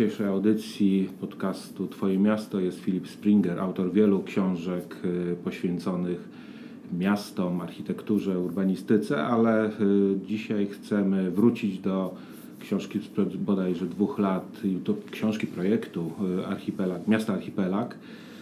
dzisiejszej audycji podcastu Twoje Miasto jest Filip Springer, autor wielu książek poświęconych miastom, architekturze, urbanistyce, ale dzisiaj chcemy wrócić do książki sprzed bodajże 2 lat, to książki projektu Miasta Archipelag,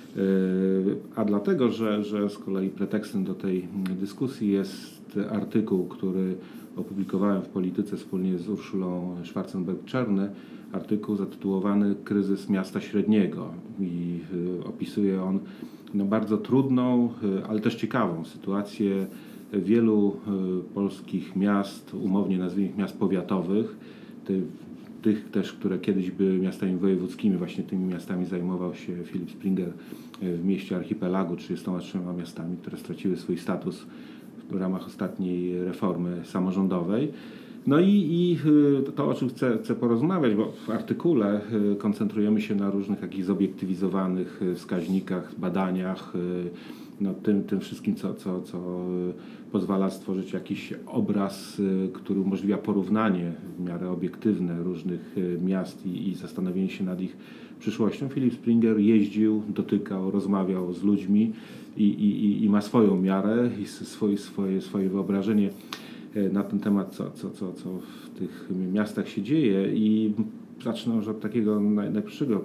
a dlatego, że z kolei pretekstem do tej dyskusji jest artykuł, który opublikowałem w Polityce wspólnie z Urszulą Schwarzenberg-Czerny, artykuł zatytułowany Kryzys miasta średniego i opisuje on bardzo trudną, ale też ciekawą sytuację wielu polskich miast, umownie nazwijmy miast powiatowych, tych też, które kiedyś były miastami wojewódzkimi. Właśnie tymi miastami zajmował się Filip Springer w mieście Archipelagu, 33 miastami, które straciły swój status w ramach ostatniej reformy samorządowej. No i to, o czym chcę porozmawiać, bo w artykule koncentrujemy się na różnych takich zobiektywizowanych wskaźnikach, badaniach, tym wszystkim, co pozwala stworzyć jakiś obraz, który umożliwia porównanie w miarę obiektywne różnych miast i zastanowienie się nad ich przyszłością. Filip Springer jeździł, dotykał, rozmawiał z ludźmi i ma swoją miarę i swoje wyobrażenie na ten temat, co w tych miastach się dzieje. I zacznę już od takiego najprostszego,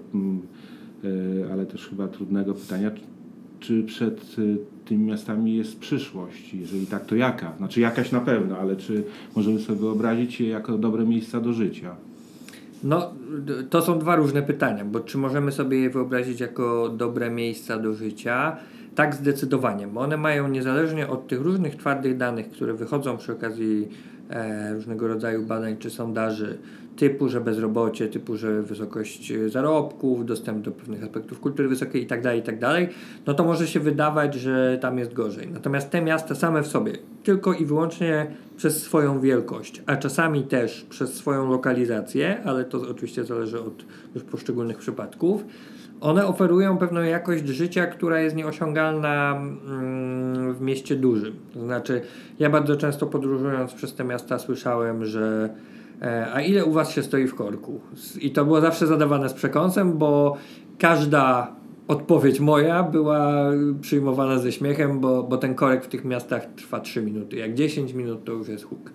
ale też chyba trudnego pytania. Czy przed tymi miastami jest przyszłość? Jeżeli tak, to jaka? Znaczy jakaś na pewno, ale czy możemy sobie wyobrazić je jako dobre miejsca do życia? No, to są 2 różne pytania, bo czy możemy sobie je wyobrazić jako dobre miejsca do życia? Tak, zdecydowanie, bo one mają niezależnie od tych różnych twardych danych, które wychodzą przy okazji różnego rodzaju badań czy sondaży, typu, że bezrobocie, typu, że wysokość zarobków, dostęp do pewnych aspektów kultury wysokiej itd., no to może się wydawać, że tam jest gorzej. Natomiast te miasta same w sobie, tylko i wyłącznie przez swoją wielkość, a czasami też przez swoją lokalizację, ale to oczywiście zależy od już poszczególnych przypadków, one oferują pewną jakość życia, która jest nieosiągalna w mieście dużym. To znaczy, ja bardzo często podróżując przez te miasta słyszałem, że a ile u was się stoi w korku? I to było zawsze zadawane z przekąsem, bo każda odpowiedź moja była przyjmowana ze śmiechem, bo ten korek w tych miastach trwa 3 minuty. Jak 10 minut to już jest huk.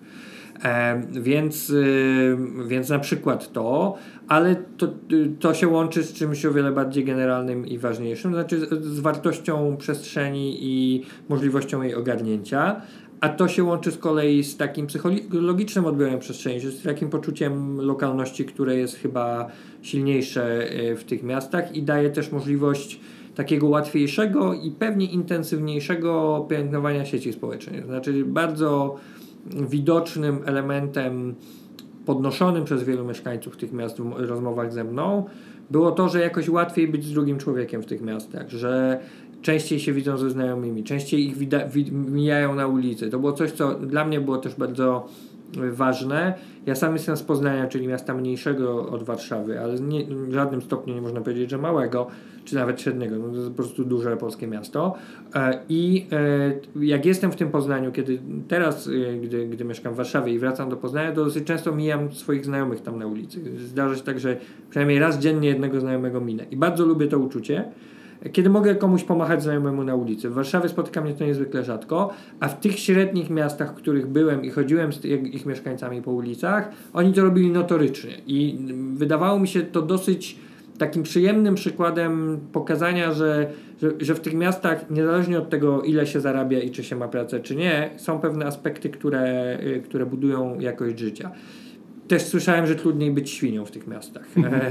Więc na przykład to, ale to się łączy z czymś o wiele bardziej generalnym i ważniejszym, znaczy z wartością przestrzeni i możliwością jej ogarnięcia, a to się łączy z kolei z takim psychologicznym odbiorem przestrzeni, z takim poczuciem lokalności, które jest chyba silniejsze w tych miastach i daje też możliwość takiego łatwiejszego i pewnie intensywniejszego pielęgnowania sieci społecznej. Znaczy bardzo widocznym elementem podnoszonym przez wielu mieszkańców tych miast w rozmowach ze mną było to, że jakoś łatwiej być z drugim człowiekiem w tych miastach, że częściej się widzą ze znajomymi, częściej ich mijają na ulicy. To było coś, co dla mnie było też bardzo ważne. Ja sam jestem z Poznania, czyli miasta mniejszego od Warszawy, ale w żadnym stopniu nie można powiedzieć, że małego, czy nawet średniego. No to jest po prostu duże polskie miasto. I jak jestem w tym Poznaniu, teraz, gdy mieszkam w Warszawie i wracam do Poznania, to dosyć często mijam swoich znajomych tam na ulicy. Zdarza się tak, że przynajmniej raz dziennie jednego znajomego minę. I bardzo lubię to uczucie, kiedy mogę komuś pomachać znajomemu na ulicy. W Warszawie spotyka mnie to niezwykle rzadko, a w tych średnich miastach, w których byłem i chodziłem z ich mieszkańcami po ulicach, oni to robili notorycznie. I wydawało mi się to dosyć takim przyjemnym przykładem pokazania, że w tych miastach, niezależnie od tego, ile się zarabia i czy się ma pracę, czy nie, są pewne aspekty, które budują jakość życia. Też słyszałem, że trudniej być świnią w tych miastach,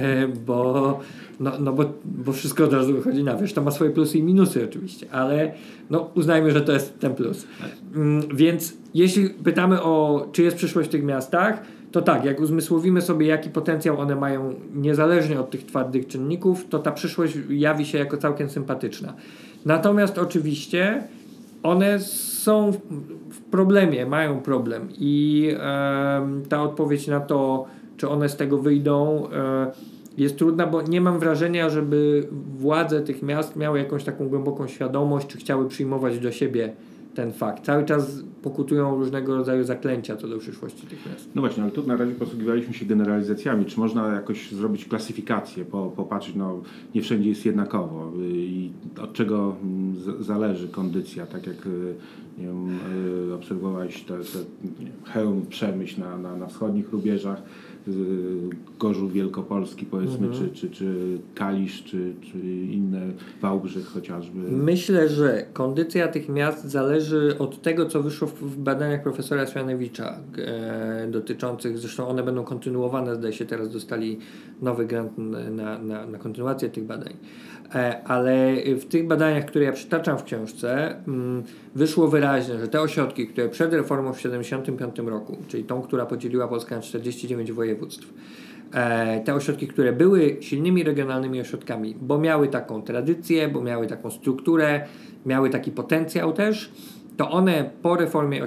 bo wszystko od razu wychodzi na wierzch. To ma swoje plusy i minusy oczywiście, ale uznajmy, że to jest ten plus. Więc jeśli pytamy o czy jest przyszłość w tych miastach, to tak, jak uzmysłowimy sobie, jaki potencjał one mają niezależnie od tych twardych czynników, to ta przyszłość jawi się jako całkiem sympatyczna. Natomiast oczywiście one są w problemie, mają problem i ta odpowiedź na to, czy one z tego wyjdą, jest trudna, bo nie mam wrażenia, żeby władze tych miast miały jakąś taką głęboką świadomość, czy chciały przyjmować do siebie ten fakt. Cały czas pokutują różnego rodzaju zaklęcia co do przyszłości tych miast. No właśnie, ale tu na razie posługiwaliśmy się generalizacjami. Czy można jakoś zrobić klasyfikację, popatrzeć, no nie wszędzie jest jednakowo i od czego zależy kondycja, tak jak nie wiem, obserwowałeś Chełm, Przemyśl na wschodnich rubieżach, Gorzów Wielkopolski powiedzmy, czy Kalisz, czy inne, Wałbrzych chociażby. Myślę, że kondycja tych miast zależy od tego, co wyszło w badaniach profesora Swianewicza dotyczących, zresztą one będą kontynuowane, zdaje się teraz dostali nowy grant na kontynuację tych badań. Ale w tych badaniach, które ja przytaczam w książce, wyszło wyraźnie, że te ośrodki, które przed reformą w 1975 roku, czyli tą, która podzieliła Polskę na 49 województw, te ośrodki, które były silnymi regionalnymi ośrodkami, bo miały taką tradycję, bo miały taką strukturę, miały taki potencjał też, to one po reformie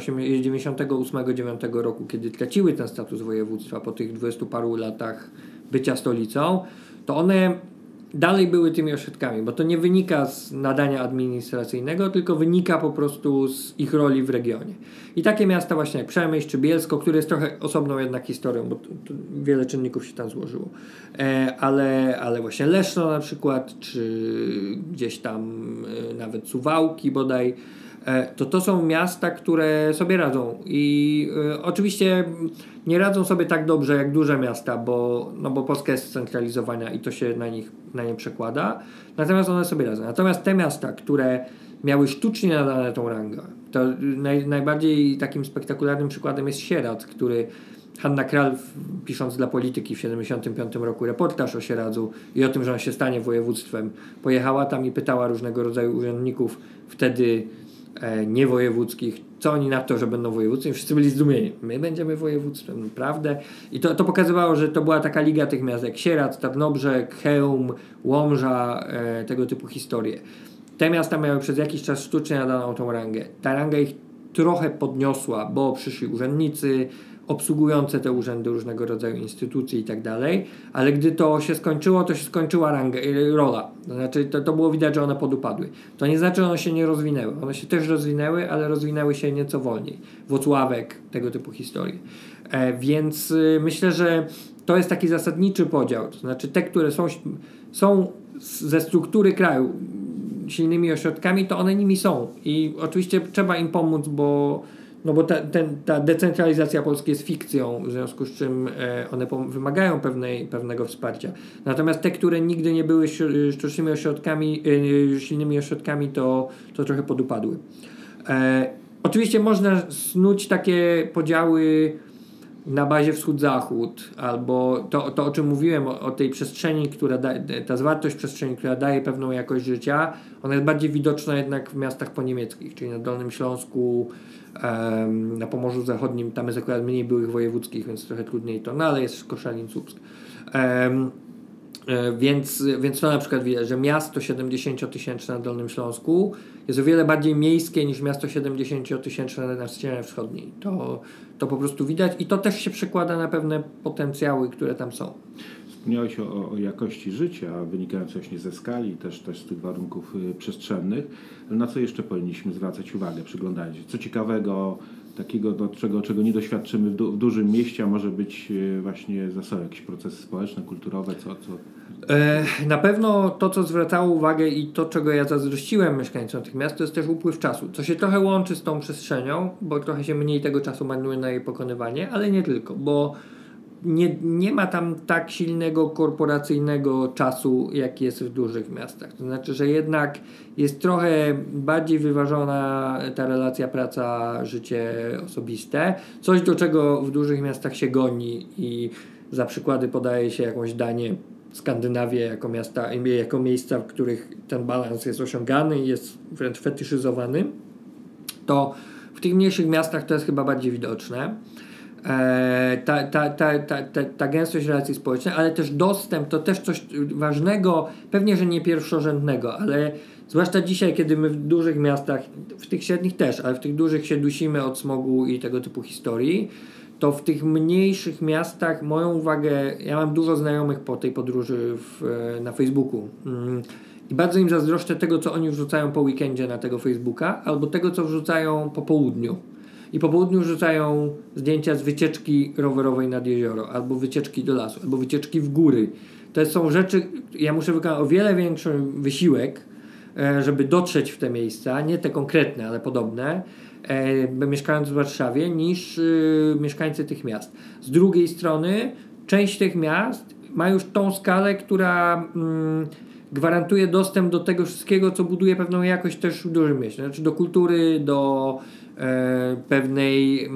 98-99 roku, kiedy traciły ten status województwa po tych 20 paru latach bycia stolicą, to one dalej były tymi ośrodkami, bo to nie wynika z nadania administracyjnego, tylko wynika po prostu z ich roli w regionie. I takie miasta właśnie jak Przemyśl czy Bielsko, które jest trochę osobną jednak historią, bo to wiele czynników się tam złożyło. Ale właśnie Leszno na przykład, czy gdzieś tam nawet Suwałki bodaj, to są miasta, które sobie radzą i oczywiście nie radzą sobie tak dobrze jak duże miasta, bo Polska jest scentralizowana i to się na nie przekłada, natomiast one sobie radzą. Natomiast te miasta, które miały sztucznie nadane tą rangę, to najbardziej takim spektakularnym przykładem jest Sieradz, który Hanna Kral, pisząc dla Polityki w 1975 roku reportaż o Sieradzu i o tym, że on się stanie województwem, pojechała tam i pytała różnego rodzaju urzędników wtedy niewojewódzkich, co oni na to, że będą województwem. Wszyscy byli zdumieni. My będziemy województwem, naprawdę. I to pokazywało, że to była taka liga tych miast jak Sieradz, Tarnobrzeg, Chełm, Łomża, tego typu historie. Te miasta miały przez jakiś czas sztucznie nadaną tą rangę. Ta ranga ich trochę podniosła, bo przyszli urzędnicy obsługujące te urzędy różnego rodzaju instytucji i tak dalej, ale gdy to się skończyło, to się skończyła rola. To znaczy, to było widać, że one podupadły. To nie znaczy, że one się nie rozwinęły. One się też rozwinęły, ale rozwinęły się nieco wolniej. Włocławek, tego typu historie. Więc myślę, że to jest taki zasadniczy podział. To znaczy te, które są ze struktury kraju silnymi ośrodkami, to one nimi są. I oczywiście trzeba im pomóc, bo ta decentralizacja Polski jest fikcją, w związku z czym one wymagają pewnego wsparcia. Natomiast te, które nigdy nie były sztucznymi ośrodkami, silnymi ośrodkami, to trochę podupadły. Oczywiście można snuć takie podziały na bazie wschód-zachód, albo to o czym mówiłem, o tej przestrzeni, ta zwartość przestrzeni, która daje pewną jakość życia, ona jest bardziej widoczna jednak w miastach poniemieckich, czyli na Dolnym Śląsku, na Pomorzu Zachodnim, tam jest akurat mniej byłych wojewódzkich, więc trochę trudniej to, ale jest Koszalin-Słupsk. Więc to na przykład widać, że miasto 70-tysięczne na Dolnym Śląsku jest o wiele bardziej miejskie niż miasto 70-tysięczne na ścianie wschodniej. To po prostu widać i to też się przekłada na pewne potencjały, które tam są. Wspomniałeś o jakości życia wynikającej właśnie ze skali, też z tych warunków przestrzennych. Ale na co jeszcze powinniśmy zwracać uwagę, przyglądając się? Co ciekawego, takiego, czego nie doświadczymy w dużym mieście, a może być właśnie za sobą jakieś procesy społeczne, kulturowe, co? Na pewno to, co zwracało uwagę i to, czego ja zazdrościłem mieszkańcom tych miast, to jest też upływ czasu, co się trochę łączy z tą przestrzenią, bo trochę się mniej tego czasu marnuje na jej pokonywanie, ale nie tylko, bo nie ma tam tak silnego korporacyjnego czasu, jak jest w dużych miastach. To znaczy, że jednak jest trochę bardziej wyważona ta relacja praca-życie osobiste. Coś, do czego w dużych miastach się goni i za przykłady podaje się jakąś Danię, Skandynawię jako miejsca, w których ten balans jest osiągany i jest wręcz fetyszyzowany. To w tych mniejszych miastach to jest chyba bardziej widoczne. Ta gęstość relacji społecznych, ale też dostęp to też coś ważnego, pewnie, że nie pierwszorzędnego, ale zwłaszcza dzisiaj, kiedy my w dużych miastach, w tych średnich też, ale w tych dużych się dusimy od smogu i tego typu historii, to w tych mniejszych miastach moją uwagę, ja mam dużo znajomych po tej podróży na Facebooku i bardzo im zazdroszczę tego, co oni wrzucają po weekendzie na tego Facebooka, albo tego, co wrzucają po południu. I po południu wrzucają zdjęcia z wycieczki rowerowej nad jezioro, albo wycieczki do lasu, albo wycieczki w góry. To są rzeczy, ja muszę wykonać o wiele większy wysiłek, żeby dotrzeć w te miejsca, nie te konkretne, ale podobne, mieszkając w Warszawie, niż mieszkańcy tych miast. Z drugiej strony, część tych miast ma już tą skalę, która gwarantuje dostęp do tego wszystkiego, co buduje pewną jakość też w dużym mieście. Znaczy do kultury, do pewnej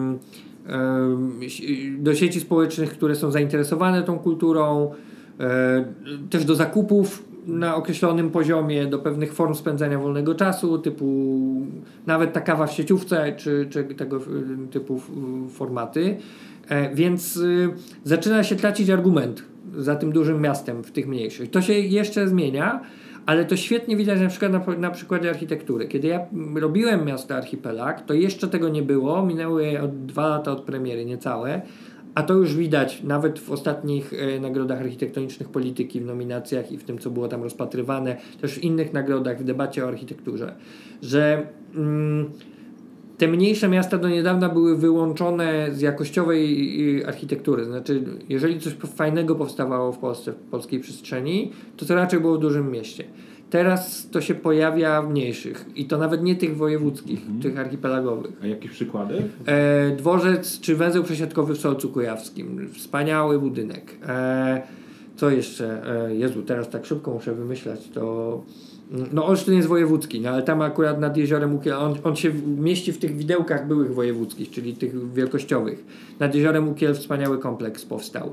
do sieci społecznych, które są zainteresowane tą kulturą, też do zakupów na określonym poziomie, do pewnych form spędzania wolnego czasu, typu nawet ta kawa w sieciówce, czy tego typu formaty. Więc zaczyna się tracić argument za tym dużym miastem w tych mniejszych. To się jeszcze zmienia, ale to świetnie widać na przykład na przykładzie architektury. Kiedy ja robiłem Miasto Archipelag, to jeszcze tego nie było. Minęły 2 lata od premiery, niecałe. A to już widać nawet w ostatnich nagrodach architektonicznych Polityki, w nominacjach i w tym, co było tam rozpatrywane, też w innych nagrodach, w debacie o architekturze, że te mniejsze miasta do niedawna były wyłączone z jakościowej architektury. Znaczy, jeżeli coś fajnego powstawało w Polsce, w polskiej przestrzeni, to raczej było w dużym mieście. Teraz to się pojawia w mniejszych i to nawet nie tych wojewódzkich, tych archipelagowych. A jakieś przykłady? Dworzec czy węzeł przesiadkowy w Solcu Kujawskim. Wspaniały budynek. Co jeszcze? Jezu, teraz tak szybko muszę wymyślać. To... No Olsztyn jest wojewódzki, no ale tam akurat nad jeziorem Ukiel, on się mieści w tych widełkach byłych wojewódzkich, czyli tych wielkościowych. Nad jeziorem Ukiel wspaniały kompleks powstał.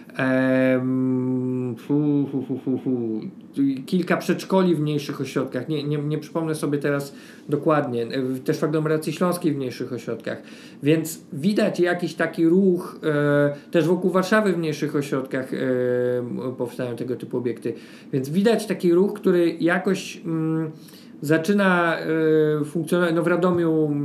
Kilka przedszkoli w mniejszych ośrodkach, nie przypomnę sobie teraz dokładnie, też w aglomeracji śląskiej w mniejszych ośrodkach, więc widać jakiś taki ruch, też wokół Warszawy w mniejszych ośrodkach powstają tego typu obiekty, więc widać taki ruch, który jakoś zaczyna funkcjonować. No w Radomiu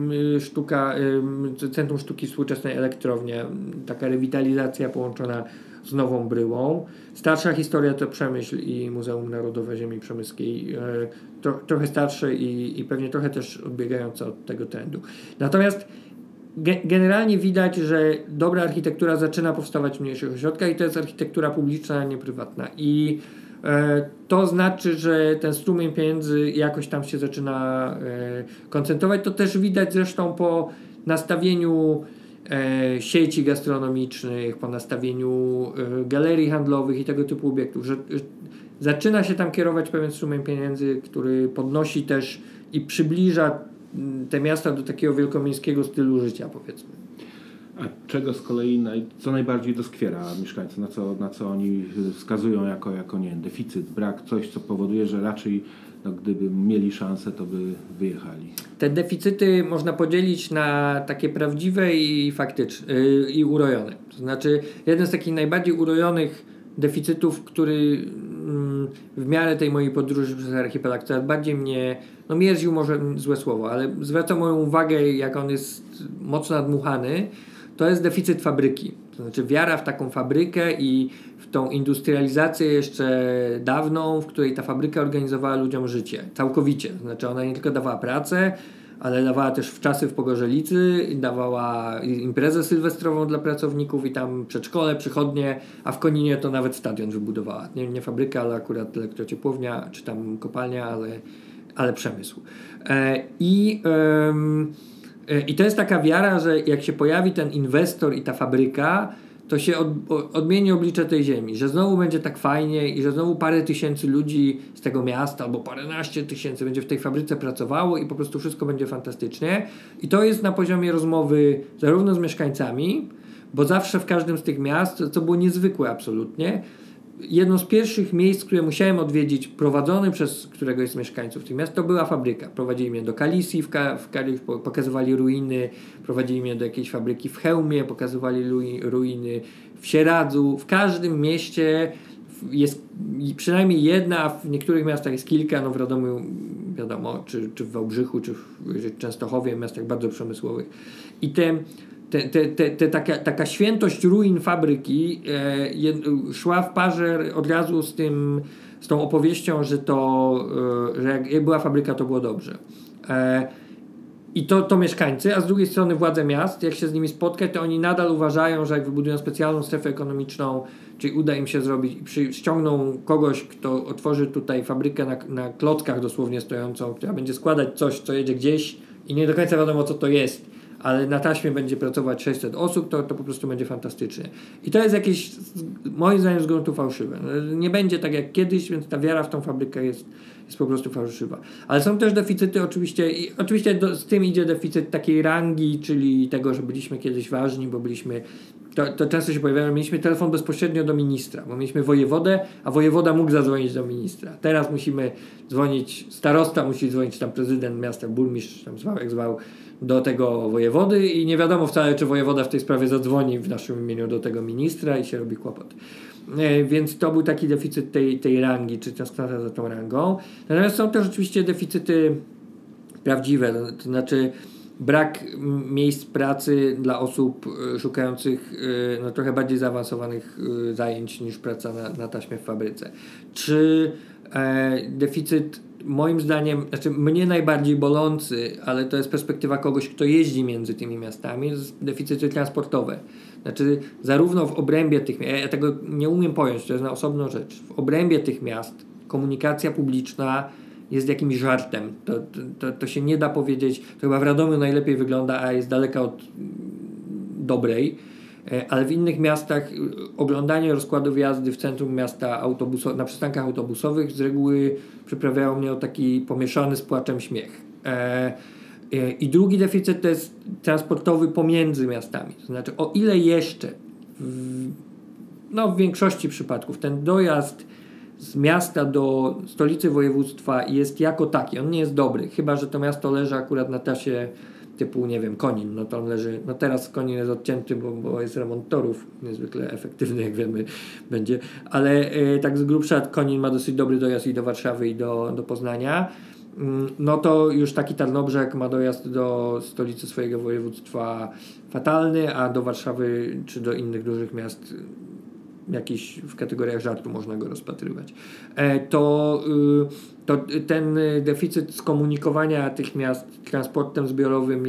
Centrum Sztuki Współczesnej Elektrownia, taka rewitalizacja połączona z nową bryłą. Starsza historia to Przemyśl i Muzeum Narodowe Ziemi Przemyskiej. Trochę starsze i pewnie trochę też odbiegające od tego trendu. Natomiast generalnie widać, że dobra architektura zaczyna powstawać w mniejszych ośrodkach i to jest architektura publiczna, a nie prywatna. I to znaczy, że ten strumień pieniędzy jakoś tam się zaczyna koncentrować. To też widać zresztą po nastawieniu sieci gastronomicznych, po nastawieniu galerii handlowych i tego typu obiektów, że zaczyna się tam kierować pewien strumień pieniędzy, który podnosi też i przybliża te miasta do takiego wielkomiejskiego stylu życia, powiedzmy. A czego z kolei, co najbardziej doskwiera mieszkańcom, na co oni wskazują jako nie wiem, deficyt, brak, coś, co powoduje, że raczej gdyby mieli szansę, to by wyjechali? Te deficyty można podzielić na takie prawdziwe i faktyczne i urojone. To znaczy, jeden z takich najbardziej urojonych deficytów, który w miarę tej mojej podróży przez archipelag coraz bardziej mnie mierził, może złe słowo, ale zwraca moją uwagę, jak on jest mocno nadmuchany, to jest deficyt fabryki. To znaczy wiara w taką fabrykę i w tą industrializację jeszcze dawną, w której ta fabryka organizowała ludziom życie. Całkowicie. To znaczy ona nie tylko dawała pracę, ale dawała też wczasy w Pogorzelicy, dawała imprezę sylwestrową dla pracowników i tam przedszkole, przychodnie, a w Koninie to nawet stadion wybudowała. Nie fabryka, ale akurat elektrociepłownia, czy tam kopalnia, ale przemysł. I to jest taka wiara, że jak się pojawi ten inwestor i ta fabryka, to się odmieni oblicze tej ziemi, że znowu będzie tak fajnie i że znowu parę tysięcy ludzi z tego miasta albo paręnaście tysięcy będzie w tej fabryce pracowało i po prostu wszystko będzie fantastycznie. I to jest na poziomie rozmowy zarówno z mieszkańcami, bo zawsze w każdym z tych miast, co było niezwykłe absolutnie, jedno z pierwszych miejsc, które musiałem odwiedzić, prowadzony przez któregoś z mieszkańców tych miast, to była fabryka. Prowadzili mnie do Kalisji, pokazywali ruiny, prowadzili mnie do jakiejś fabryki w Chełmie, pokazywali ruiny w Sieradzu. W każdym mieście, jest przynajmniej jedna, a w niektórych miastach jest kilka, no w Radomiu wiadomo, czy w Wałbrzychu, czy w Częstochowie, miastach bardzo przemysłowych. I taka świętość ruin fabryki szła w parze od razu z tą opowieścią, że jak była fabryka, to było dobrze. I to mieszkańcy, a z drugiej strony władze miast, jak się z nimi spotkać, to oni nadal uważają, że jak wybudują specjalną strefę ekonomiczną, czyli uda im się zrobić, ściągną kogoś, kto otworzy tutaj fabrykę na klockach dosłownie stojącą, która będzie składać coś, co jedzie gdzieś i nie do końca wiadomo, co to jest, ale na taśmie będzie pracować 600 osób, to po prostu będzie fantastycznie. I to jest jakieś, moim zdaniem, z gruntu fałszywe. Nie będzie tak jak kiedyś, więc ta wiara w tą fabrykę jest po prostu fałszywa. Ale są też deficyty oczywiście, i oczywiście z tym idzie deficyt takiej rangi, czyli tego, że byliśmy kiedyś ważni, bo byliśmy, to często się pojawia, mieliśmy telefon bezpośrednio do ministra, bo mieliśmy wojewodę, a wojewoda mógł zadzwonić do ministra. Teraz musimy dzwonić, starosta musi dzwonić, tam prezydent miasta, burmistrz, tam zwał jak zwał, do tego wojewody i nie wiadomo wcale, czy wojewoda w tej sprawie zadzwoni w naszym imieniu do tego ministra i się robi kłopot. Więc to był taki deficyt tej rangi, czy tęsknota za tą rangą. Natomiast są też oczywiście deficyty prawdziwe, to znaczy brak miejsc pracy dla osób szukających trochę bardziej zaawansowanych zajęć niż praca na taśmie w fabryce. Czy deficyt, moim zdaniem, znaczy mnie najbardziej bolący, ale to jest perspektywa kogoś, kto jeździ między tymi miastami, deficyty transportowe. Znaczy zarówno w obrębie tych miast, ja tego nie umiem pojąć, to jest na osobną rzecz, w obrębie tych miast komunikacja publiczna jest jakimś żartem. To się nie da powiedzieć, to chyba w Radomiu najlepiej wygląda, a jest daleka od dobrej, ale w innych miastach oglądanie rozkładów jazdy w centrum miasta na przystankach autobusowych z reguły przyprawiało mnie o taki pomieszany z płaczem śmiech. I drugi deficyt to jest transportowy pomiędzy miastami. To znaczy, o ile jeszcze w większości przypadków ten dojazd z miasta do stolicy województwa jest jako taki, on nie jest dobry, chyba że to miasto leży akurat na trasie typu, nie wiem, Konin, no to on leży, no teraz Konin jest odcięty, bo jest remont torów, niezwykle efektywny, jak wiemy, będzie, ale tak z grubsza Konin ma dosyć dobry dojazd i do Warszawy, i do Poznania. No to już taki Tarnobrzeg ma dojazd do stolicy swojego województwa fatalny, a do Warszawy czy do innych dużych miast jakiś w kategoriach żartu można go rozpatrywać. To ten deficyt skomunikowania tych miast transportem zbiorowym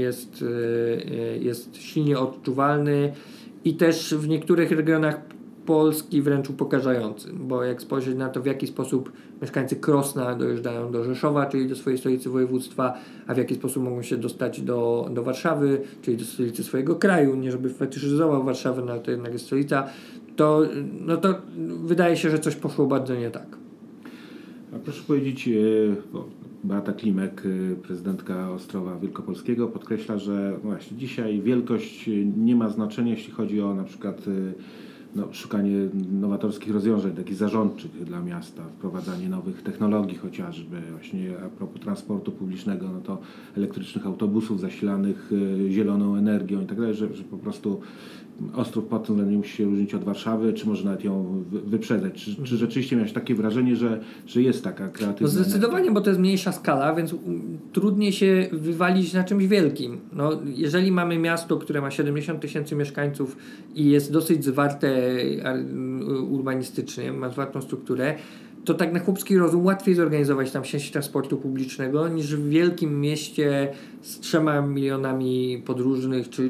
jest silnie odczuwalny i też w niektórych regionach Polski wręcz upokarzający, bo jak spojrzeć na to, w jaki sposób mieszkańcy Krosna dojeżdżają do Rzeszowa, czyli do swojej stolicy województwa, a w jaki sposób mogą się dostać do Warszawy, czyli do stolicy swojego kraju, nie żeby fetyszyzował Warszawę, no ale to jednak jest stolica, to wydaje się, że coś poszło bardzo nie tak. A proszę powiedzieć, bo Beata Klimek, prezydentka Ostrowa Wielkopolskiego, podkreśla, że właśnie dzisiaj wielkość nie ma znaczenia, jeśli chodzi o na przykład szukanie nowatorskich rozwiązań, takich zarządczych dla miasta, wprowadzanie nowych technologii chociażby, właśnie a propos transportu publicznego, no to elektrycznych autobusów zasilanych zieloną energią i tak dalej, że po prostu Ostrów pod tym względem musi się różnić od Warszawy, czy może nawet ją wyprzedzać. Czy rzeczywiście miałeś takie wrażenie, że jest taka kreatywna? No zdecydowanie, bo to jest mniejsza skala, więc trudniej się wywalić na czymś wielkim. No, jeżeli mamy miasto, które ma 70 000 mieszkańców i jest dosyć zwarte urbanistycznie, ma zwartą strukturę, to tak na chłopski rozum łatwiej zorganizować tam sieć transportu publicznego niż w wielkim mieście z 3 milionami podróżnych, czy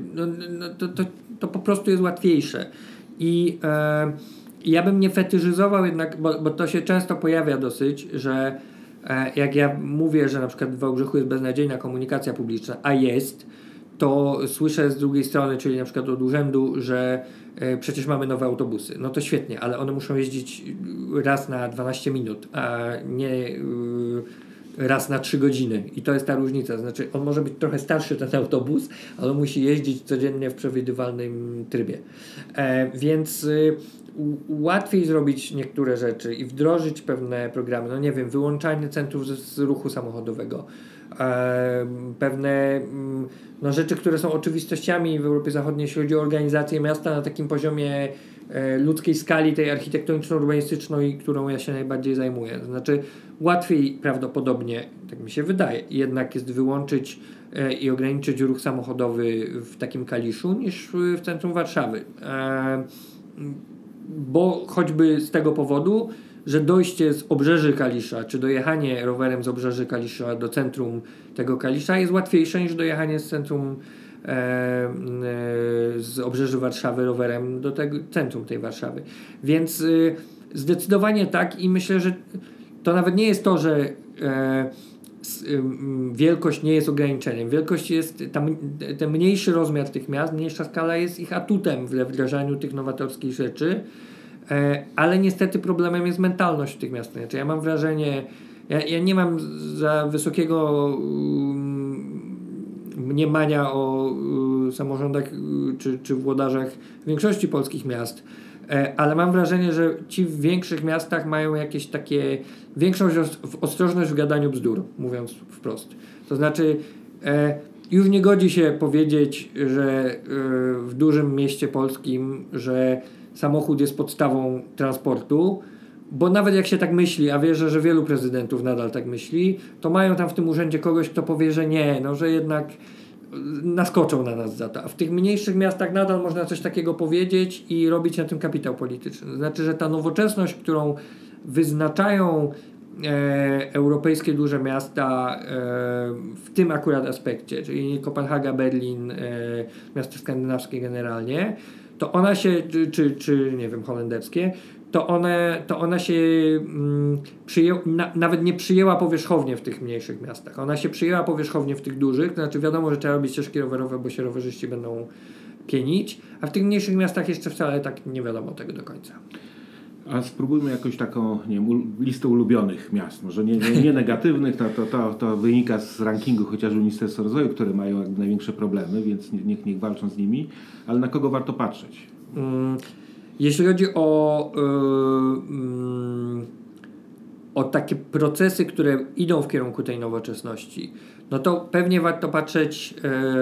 to po prostu jest łatwiejsze. I ja bym nie fetyszyzował jednak, bo to się często pojawia dosyć, że jak ja mówię, że na przykład w Wałbrzychu jest beznadziejna komunikacja publiczna, a jest, to słyszę z drugiej strony, czyli na przykład od urzędu, że przecież mamy nowe autobusy. No to świetnie, ale one muszą jeździć raz na 12 minut, a nie raz na 3 godziny. I to jest ta różnica. Znaczy on może być trochę starszy, ten autobus, ale musi jeździć codziennie w przewidywalnym trybie. Więc łatwiej zrobić niektóre rzeczy i wdrożyć pewne programy. No nie wiem, wyłączanie centrów z ruchu samochodowego. pewne rzeczy, które są oczywistościami w Europie Zachodniej, jeśli chodzi o organizację miasta na takim poziomie ludzkiej skali, tej architektoniczno-urbanistycznej, którą ja się najbardziej zajmuję. To znaczy łatwiej prawdopodobnie, tak mi się wydaje, jednak jest wyłączyć i ograniczyć ruch samochodowy w takim Kaliszu niż w centrum Warszawy. Bo choćby z tego powodu, że dojście z obrzeży Kalisza, czy dojechanie rowerem z obrzeży Kalisza do centrum tego Kalisza jest łatwiejsze niż dojechanie z centrum z obrzeży Warszawy rowerem do tego centrum tej Warszawy. Więc zdecydowanie tak i myślę, że to nawet nie jest to, że wielkość nie jest ograniczeniem. Wielkość jest, ten mniejszy rozmiar tych miast, mniejsza skala jest ich atutem w wdrażaniu tych nowatorskich rzeczy, ale niestety problemem jest mentalność tych miast. Znaczy, ja mam wrażenie, ja nie mam za wysokiego mniemania o samorządach czy włodarzach większości polskich miast, ale mam wrażenie, że ci w większych miastach mają jakieś takie większą ostrożność w gadaniu bzdur, mówiąc wprost. To znaczy już nie godzi się powiedzieć, że w dużym mieście polskim, że samochód jest podstawą transportu, bo nawet jak się tak myśli, a wierzę, że wielu prezydentów nadal tak myśli, to mają tam w tym urzędzie kogoś, kto powie, że nie, że jednak naskoczą na nas za to. A w tych mniejszych miastach nadal można coś takiego powiedzieć i robić na tym kapitał polityczny. To znaczy, że ta nowoczesność, którą wyznaczają europejskie duże miasta w tym akurat aspekcie, czyli Kopenhaga, Berlin, miasta skandynawskie generalnie, to ona się, czy nie wiem, holenderskie, to ona się nawet nie przyjęła powierzchownie w tych mniejszych miastach. Ona się przyjęła powierzchownie w tych dużych, to znaczy wiadomo, że trzeba robić ścieżki rowerowe, bo się rowerzyści będą pienić, a w tych mniejszych miastach jeszcze wcale tak nie wiadomo tego do końca. A spróbujmy jakąś taką, nie wiem, listę ulubionych miast. Może nie negatywnych, to wynika z rankingu chociażby Ministerstwa Rozwoju, które mają jakby największe problemy, więc niech walczą z nimi, ale na kogo warto patrzeć? Jeśli chodzi o takie procesy, które idą w kierunku tej nowoczesności, no to pewnie warto patrzeć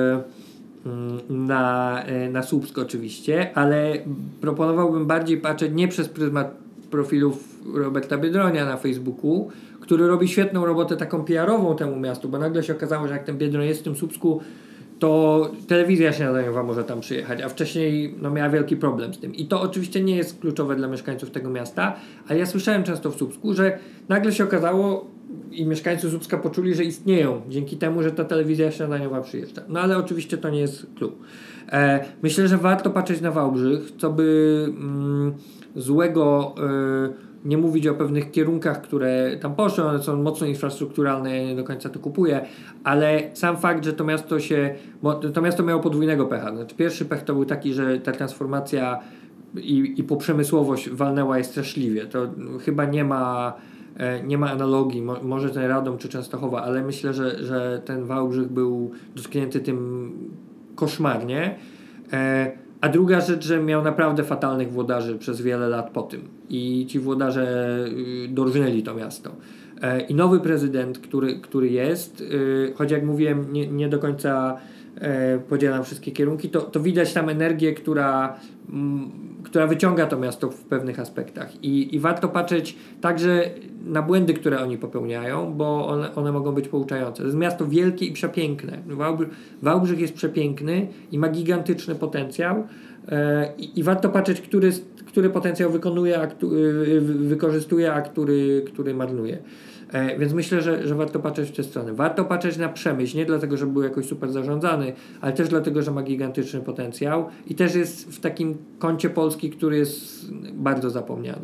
na Słupsk oczywiście, ale proponowałbym bardziej patrzeć nie przez pryzmat profilów Roberta Biedronia na Facebooku, który robi świetną robotę taką PR-ową temu miastu, bo nagle się okazało, że jak ten Biedroń jest w tym Słupsku, to telewizja śniadaniowa może tam przyjechać, a wcześniej miała wielki problem z tym. I to oczywiście nie jest kluczowe dla mieszkańców tego miasta, ale ja słyszałem często w Słupsku, że nagle się okazało i mieszkańcy Słupska poczuli, że istnieją dzięki temu, że ta telewizja śniadaniowa przyjeżdża. No ale oczywiście to nie jest clue. Myślę, że warto patrzeć na Wałbrzych, co by złego nie mówić o pewnych kierunkach, które tam poszły, one są mocno infrastrukturalne, ja nie do końca to kupuję, ale sam fakt, że to miasto miało podwójnego pecha. Znaczy, pierwszy pech to był taki, że ta transformacja i poprzemysłowość walnęła je straszliwie. To chyba nie ma analogii, może ten Radom czy Częstochowa, ale myślę, że ten Wałbrzych był dotknięty tym koszmarnie. A druga rzecz, że miał naprawdę fatalnych włodarzy przez wiele lat po tym i ci włodarze dorżnęli to miasto. I nowy prezydent, który jest, choć jak mówiłem, nie do końca podzielam wszystkie kierunki, to widać tam energię, która wyciąga to miasto w pewnych aspektach. I warto patrzeć także na błędy, które oni popełniają, bo one mogą być pouczające. To jest miasto wielkie i przepiękne. Wałbrzych jest przepiękny i ma gigantyczny potencjał i warto patrzeć, który potencjał wykorzystuje, a który marnuje. Więc myślę, że warto patrzeć w tę stronę. Warto patrzeć na Przemyśl, nie dlatego, że był jakoś super zarządzany, ale też dlatego, że ma gigantyczny potencjał i też jest w takim kącie Polski, który jest bardzo zapomniany.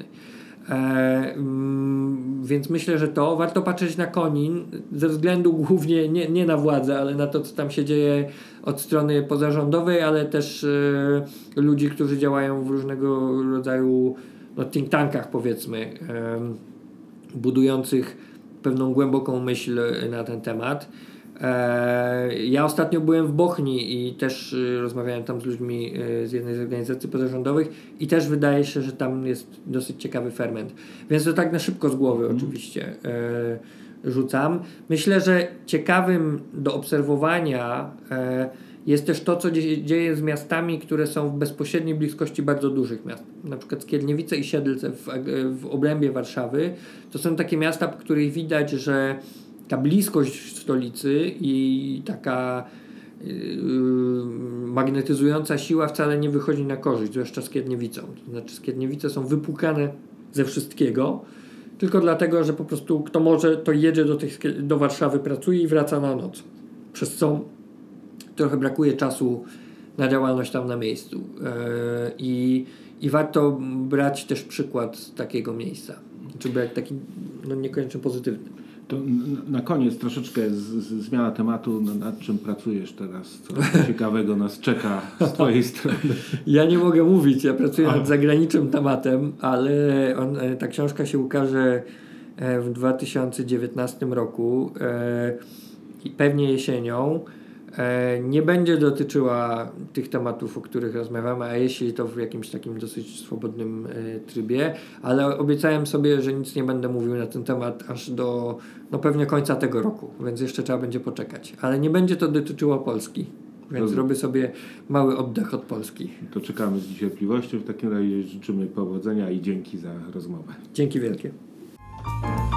Więc myślę, że warto patrzeć na Konin ze względu głównie nie na władzę, ale na to, co tam się dzieje od strony pozarządowej, ale też ludzi, którzy działają w różnego rodzaju think tankach, powiedzmy, budujących pewną głęboką myśl na ten temat. Ja ostatnio byłem w Bochni i też rozmawiałem tam z ludźmi z jednej z organizacji pozarządowych i też wydaje się, że tam jest dosyć ciekawy ferment. Więc to tak na szybko z głowy oczywiście. rzucam. Myślę, że ciekawym do obserwowania jest też to, co dzieje z miastami, które są w bezpośredniej bliskości bardzo dużych miast. Na przykład Skierniewice i Siedlce w obrębie Warszawy. To są takie miasta, w których widać, że ta bliskość stolicy i taka magnetyzująca siła wcale nie wychodzi na korzyść, zwłaszcza Skierniewicom. To znaczy Skierniewice są wypłukane ze wszystkiego, tylko dlatego, że po prostu kto może, to jedzie do Warszawy, pracuje i wraca na noc. Przez co trochę brakuje czasu na działalność tam na miejscu. I warto brać też przykład z takiego miejsca. Czy jak taki niekoniecznie pozytywny. To na koniec troszeczkę zmiana tematu, nad czym pracujesz teraz, co ciekawego nas czeka z twojej strony. Ja nie mogę mówić, ja pracuję nad zagranicznym tematem, ale ta książka się ukaże w 2019 roku i pewnie jesienią. Nie będzie dotyczyła tych tematów, o których rozmawiamy, a jeśli to w jakimś takim dosyć swobodnym trybie, ale obiecałem sobie, że nic nie będę mówił na ten temat aż do pewnie końca tego roku, więc jeszcze trzeba będzie poczekać. Ale nie będzie to dotyczyło Polski, więc robię sobie mały oddech od Polski. To czekamy z niecierpliwością. W takim razie życzymy powodzenia i dzięki za rozmowę. Dzięki wielkie.